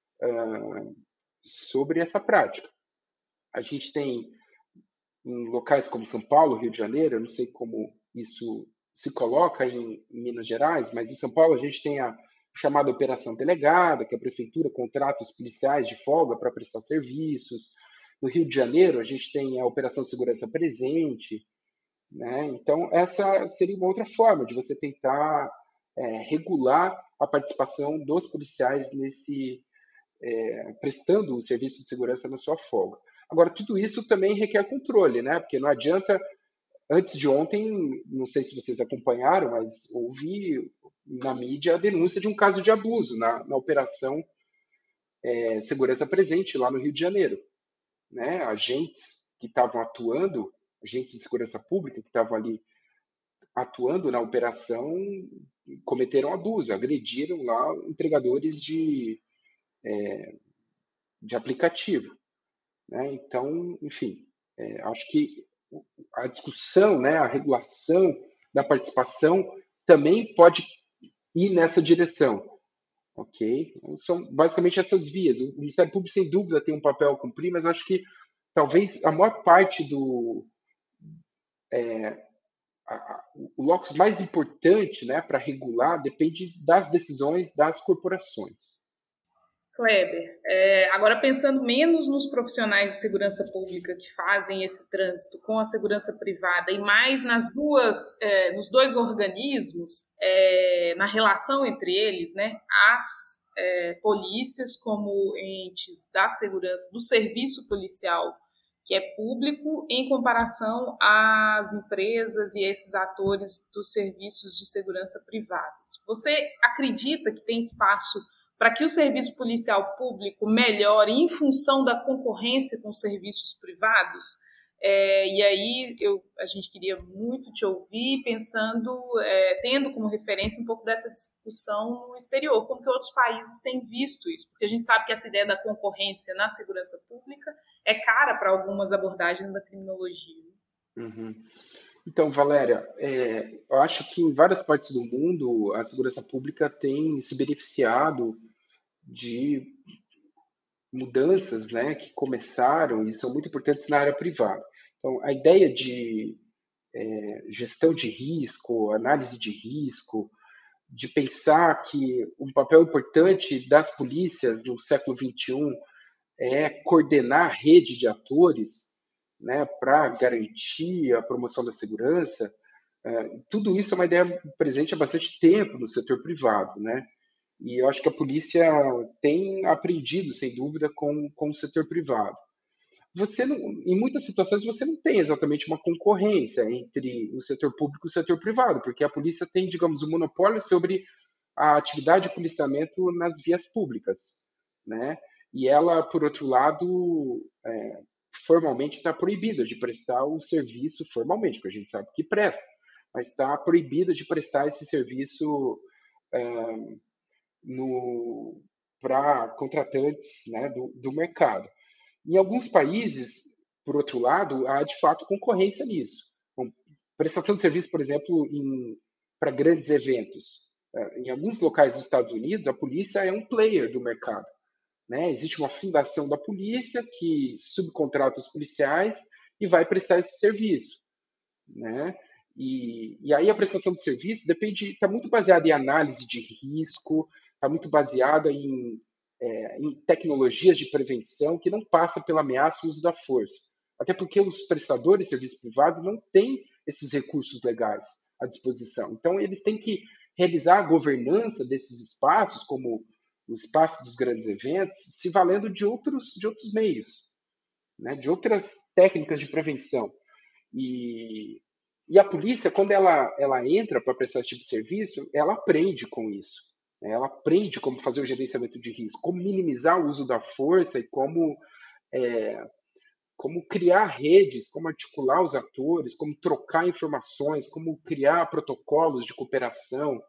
sobre essa prática. A gente tem em locais como São Paulo, Rio de Janeiro, eu não sei como isso se coloca em Minas Gerais, mas em São Paulo a gente tem a chamada Operação Delegada, que a prefeitura contrata os policiais de folga para prestar serviços. No Rio de Janeiro, a gente tem a Operação Segurança Presente. Né? Então, essa seria uma outra forma de você tentar regular a participação dos policiais prestando o serviço de segurança na sua folga. Agora, tudo isso também requer controle, né? Porque não adianta. Antes de ontem, não sei se vocês acompanharam, mas houve na mídia a denúncia de um caso de abuso na Operação Segurança Presente, lá no Rio de Janeiro. Né? Agentes que estavam atuando, agentes de segurança pública que estavam ali atuando na operação, cometeram abuso, agrediram lá entregadores de aplicativo. Né? Então, enfim, acho que a discussão, né, a regulação da participação também pode ir nessa direção. Ok? Então, são basicamente essas vias. O Ministério Público, sem dúvida, tem um papel a cumprir, mas acho que talvez a maior parte o locus mais importante, né, para regular depende das decisões das corporações. Kleber, agora pensando menos nos profissionais de segurança pública que fazem esse trânsito com a segurança privada e mais nos dois organismos, na relação entre eles, né, as polícias como entes da segurança, do serviço policial que é público em comparação às empresas e esses atores dos serviços de segurança privados. Você acredita que tem espaço para que o serviço policial público melhore em função da concorrência com os serviços privados? E aí a gente queria muito te ouvir pensando, tendo como referência um pouco dessa discussão no exterior, como que outros países têm visto isso, porque a gente sabe que essa ideia da concorrência na segurança pública é cara para algumas abordagens da criminologia. Uhum. Então, Valéria, eu acho que em várias partes do mundo a segurança pública tem se beneficiado de mudanças, né, que começaram e são muito importantes na área privada. Então, a ideia de gestão de risco, análise de risco, de pensar que um papel importante das polícias no século XXI é coordenar a rede de atores, né, para garantir a promoção da segurança. Tudo isso é uma ideia presente há bastante tempo no setor privado, né? E eu acho que a polícia tem aprendido, sem dúvida, com o setor privado. Em muitas situações, você não tem exatamente uma concorrência entre o setor público e o setor privado, porque a polícia tem, digamos, um monopólio sobre a atividade de policiamento nas vias públicas, né? E ela, por outro lado, formalmente está proibida de prestar o serviço formalmente, porque a gente sabe que presta, mas está proibida de prestar esse serviço para contratantes, né, do mercado. Em alguns países, por outro lado, há de fato concorrência nisso. Bom, prestação de serviço, por exemplo, para grandes eventos. Em alguns locais dos Estados Unidos, a polícia é um player do mercado. Né? Existe uma fundação da polícia que subcontrata os policiais e vai prestar esse serviço. Né? E aí a prestação de serviço está muito baseada em análise de risco, está muito baseada em em tecnologias de prevenção que não passa pela ameaça e uso da força. Até porque os prestadores de serviços privados não têm esses recursos legais à disposição. Então, eles têm que realizar a governança desses espaços, como o espaço dos grandes eventos, se valendo de outros meios, né, de outras técnicas de prevenção. E a polícia, quando ela entra para prestar esse tipo de serviço, ela aprende com isso. Né? Ela aprende como fazer o gerenciamento de risco, como minimizar o uso da força e como criar redes, como articular os atores, como trocar informações, como criar protocolos de cooperação.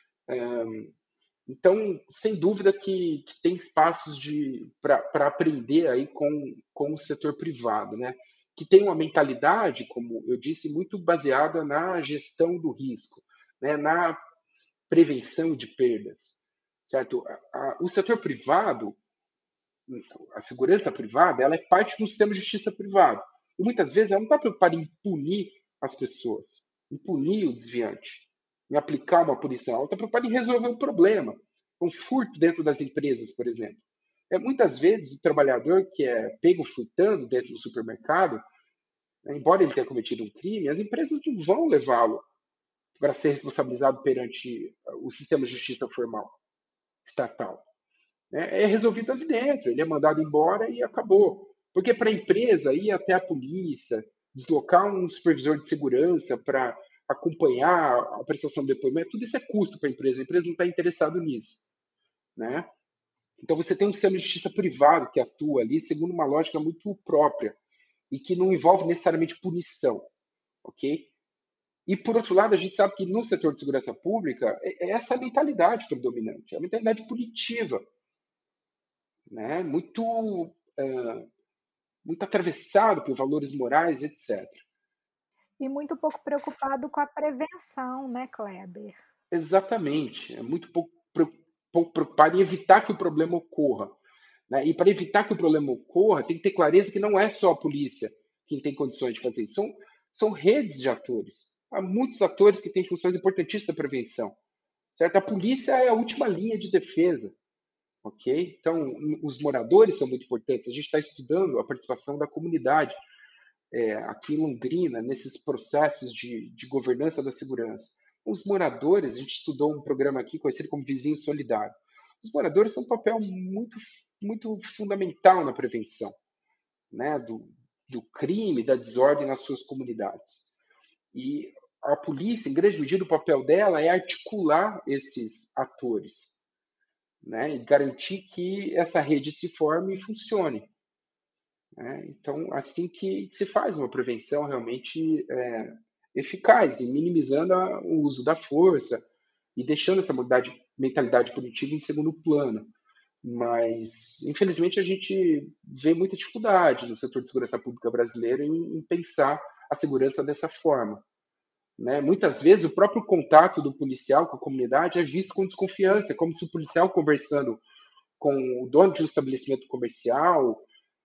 Então, sem dúvida que tem espaços para aprender aí com o setor privado, né? Que tem uma mentalidade, como eu disse, muito baseada na gestão do risco, né? Na prevenção de perdas, certo? O setor privado, a segurança privada, ela é parte do sistema de justiça privado. E muitas vezes ela não está preocupada em punir as pessoas, em punir o desviante, em aplicar uma punição. Ela está preocupada em resolver um problema. Um furto dentro das empresas, por exemplo. Muitas vezes o trabalhador que é pego furtando dentro do supermercado, né, embora ele tenha cometido um crime, as empresas não vão levá-lo para ser responsabilizado perante o sistema de justiça formal, estatal. É resolvido ali dentro, ele é mandado embora e acabou. Porque para a empresa ir até a polícia, deslocar um supervisor de segurança para acompanhar a prestação do depoimento, tudo isso é custo para a empresa não está interessada nisso. Né? Então você tem um sistema de justiça privado que atua ali segundo uma lógica muito própria e que não envolve necessariamente punição, ok? E por outro lado, a gente sabe que no setor de segurança pública é essa mentalidade predominante, é a mentalidade punitiva, né? Muito atravessado por valores morais, etc. E muito pouco preocupado com a prevenção, né, Kleber? Exatamente, é muito pouco preocupado em evitar que o problema ocorra. Né? E para evitar que o problema ocorra, tem que ter clareza que não é só a polícia quem tem condições de fazer isso, são redes de atores. Há muitos atores que têm funções importantíssimas da prevenção. Certo? A polícia é a última linha de defesa. Ok? Então, os moradores são muito importantes. A gente está estudando a participação da comunidade aqui em Londrina, nesses processos de governança da segurança. Os moradores, a gente estudou um programa aqui conhecido como Vizinho Solidário. Os moradores têm um papel muito fundamental na prevenção, né, do crime, da desordem nas suas comunidades. E a polícia, em grande medida, o papel dela é articular esses atores, né, e garantir que essa rede se forme e funcione. Né? Então, assim que se faz uma prevenção realmente eficaz, e minimizando o uso da força e deixando essa mentalidade punitiva em segundo plano. Mas, infelizmente, a gente vê muita dificuldade no setor de segurança pública brasileiro em pensar a segurança dessa forma. Né? Muitas vezes, o próprio contato do policial com a comunidade é visto com desconfiança, como se o policial conversando com o dono de um estabelecimento comercial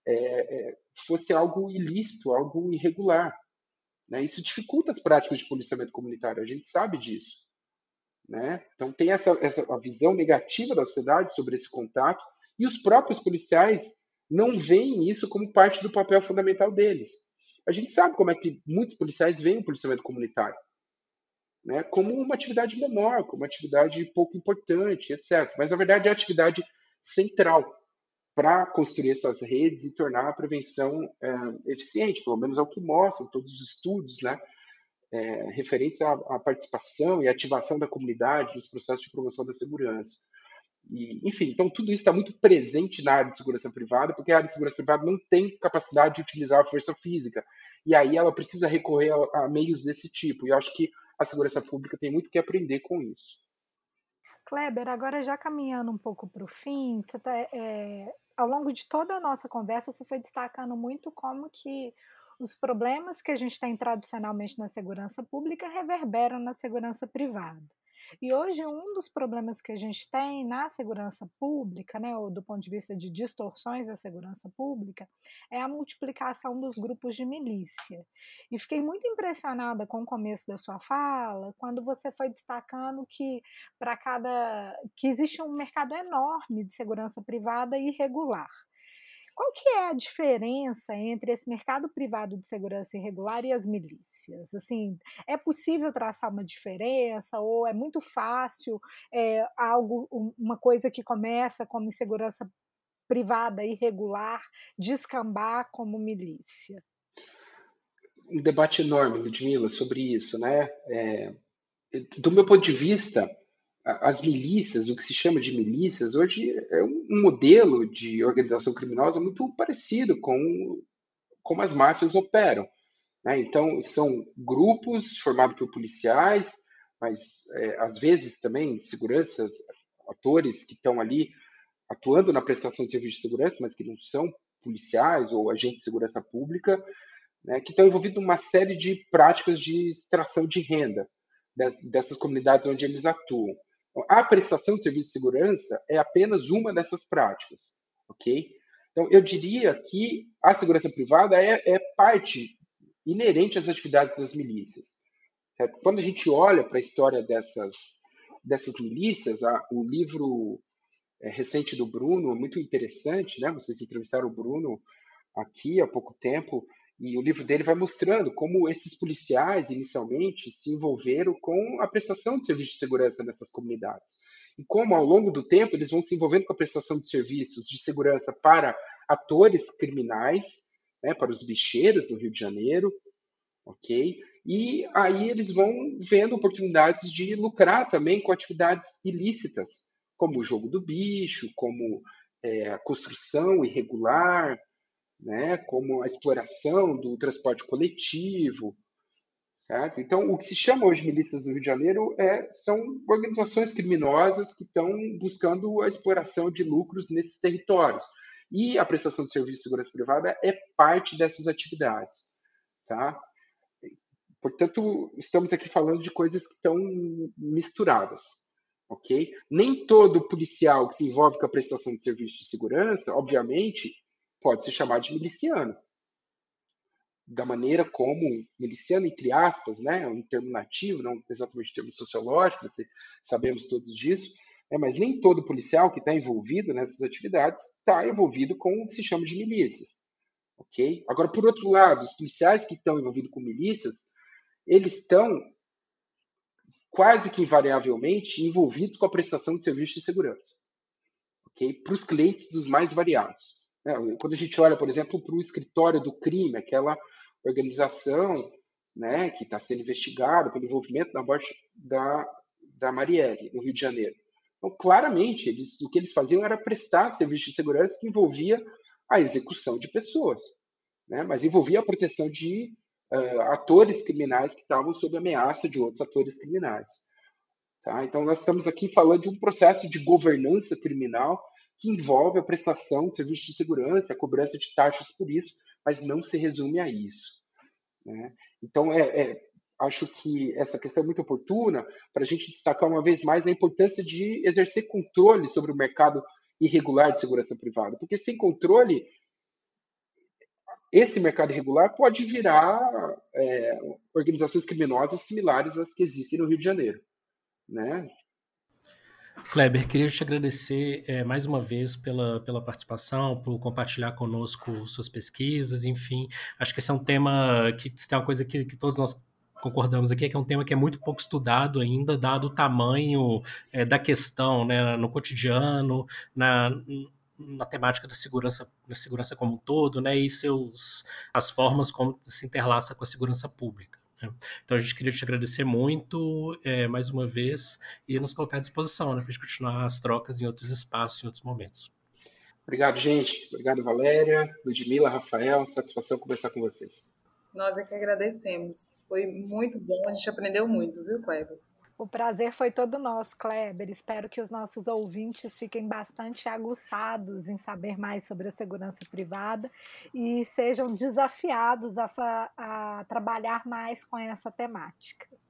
fosse algo ilícito, algo irregular. Né? Isso dificulta as práticas de policiamento comunitário, a gente sabe disso. Né? Então tem a visão negativa da sociedade sobre esse contato e os próprios policiais não veem isso como parte do papel fundamental deles. A gente sabe como é que muitos policiais veem o policiamento comunitário, né? Como uma atividade menor, como uma atividade pouco importante, etc. Mas na verdade é a atividade central para construir essas redes e tornar a prevenção eficiente, pelo menos é o que mostram todos os estudos, né? Referentes à participação e ativação da comunidade nos processos de promoção da segurança. Enfim, então tudo isso está muito presente na área de segurança privada, porque a área de segurança privada não tem capacidade de utilizar a força física. E aí ela precisa recorrer a meios desse tipo. E eu acho que a segurança pública tem muito que aprender com isso. Kleber, agora já caminhando um pouco para o fim, ao longo de toda a nossa conversa, você foi destacando muito como que os problemas que a gente tem tradicionalmente na segurança pública reverberam na segurança privada. E hoje um dos problemas que a gente tem na segurança pública, né, ou do ponto de vista de distorções da segurança pública, é a multiplicação dos grupos de milícia. E fiquei muito impressionada com o começo da sua fala, quando você foi destacando que existe um mercado enorme de segurança privada irregular. Qual que é a diferença entre esse mercado privado de segurança irregular e as milícias? Assim, é possível traçar uma diferença ou é muito fácil, uma coisa que começa como segurança privada irregular descambar como milícia? Um debate enorme, Ludmila, sobre isso, né? Do meu ponto de vista, as milícias, o que se chama de milícias, hoje é um modelo de organização criminosa muito parecido com como as máfias operam, né? Então, são grupos formados por policiais, mas às vezes também seguranças, atores que estão ali atuando na prestação de serviço de segurança, mas que não são policiais ou agentes de segurança pública, né, que estão envolvidos em uma série de práticas de extração de renda dessas comunidades onde eles atuam. A prestação de serviço de segurança é apenas uma dessas práticas, ok? Então, eu diria que a segurança privada é parte inerente às atividades das milícias. Certo? Quando a gente olha para a história dessas milícias, o livro recente do Bruno é muito interessante, né? Vocês entrevistaram o Bruno aqui há pouco tempo, e o livro dele vai mostrando como esses policiais, inicialmente, se envolveram com a prestação de serviços de segurança nessas comunidades. E como, ao longo do tempo, eles vão se envolvendo com a prestação de serviços de segurança para atores criminais, né, para os bicheiros do Rio de Janeiro, ok? E aí eles vão vendo oportunidades de lucrar também com atividades ilícitas, como o jogo do bicho, como a construção irregular, né, como a exploração do transporte coletivo, certo? Então, o que se chama hoje milícias do Rio de Janeiro são organizações criminosas que estão buscando a exploração de lucros nesses territórios. E a prestação de serviço de segurança privada é parte dessas atividades, tá? Portanto, estamos aqui falando de coisas que estão misturadas, ok? Nem todo policial que se envolve com a prestação de serviço de segurança, obviamente, pode se chamar de miliciano. Da maneira como miliciano, entre aspas, né, é um termo nativo, não exatamente um termo sociológico, sabemos todos disso, mas nem todo policial que está envolvido nessas atividades está envolvido com o que se chama de milícias. Ok? Agora, por outro lado, os policiais que estão envolvidos com milícias, eles estão quase que invariavelmente envolvidos com a prestação de serviços de segurança, ok? Para os clientes dos mais variados. Quando a gente olha, por exemplo, para o escritório do crime, aquela organização, né, que está sendo investigada pelo envolvimento na morte da Marielle, no Rio de Janeiro. Então, claramente, o que eles faziam era prestar serviço de segurança que envolvia a execução de pessoas, né, mas envolvia a proteção de atores criminais que estavam sob ameaça de outros atores criminais. Tá? Então, nós estamos aqui falando de um processo de governança criminal que envolve a prestação de serviços de segurança, a cobrança de taxas por isso, mas não se resume a isso, né? Então, acho que essa questão é muito oportuna para a gente destacar uma vez mais a importância de exercer controle sobre o mercado irregular de segurança privada, porque sem controle, esse mercado irregular pode virar organizações criminosas similares às que existem no Rio de Janeiro, né? Kleber, queria te agradecer mais uma vez pela participação, por compartilhar conosco suas pesquisas, enfim. Acho que esse é um tema que tem uma coisa que todos nós concordamos aqui, que é um tema que é muito pouco estudado ainda, dado o tamanho da questão, né, no cotidiano, na temática da segurança como um todo, né, e as formas como se interlaça com a segurança pública. Então a gente queria te agradecer muito mais uma vez e nos colocar à disposição, né, para a gente continuar as trocas em outros espaços, em outros momentos. Obrigado, gente. Obrigado, Valéria, Ludmila, Rafael. Satisfação conversar com vocês. Nós é que agradecemos. Foi muito bom, a gente aprendeu muito, viu, Kleber? O prazer foi todo nosso, Kleber. Espero que os nossos ouvintes fiquem bastante aguçados em saber mais sobre a segurança privada e sejam desafiados a trabalhar mais com essa temática.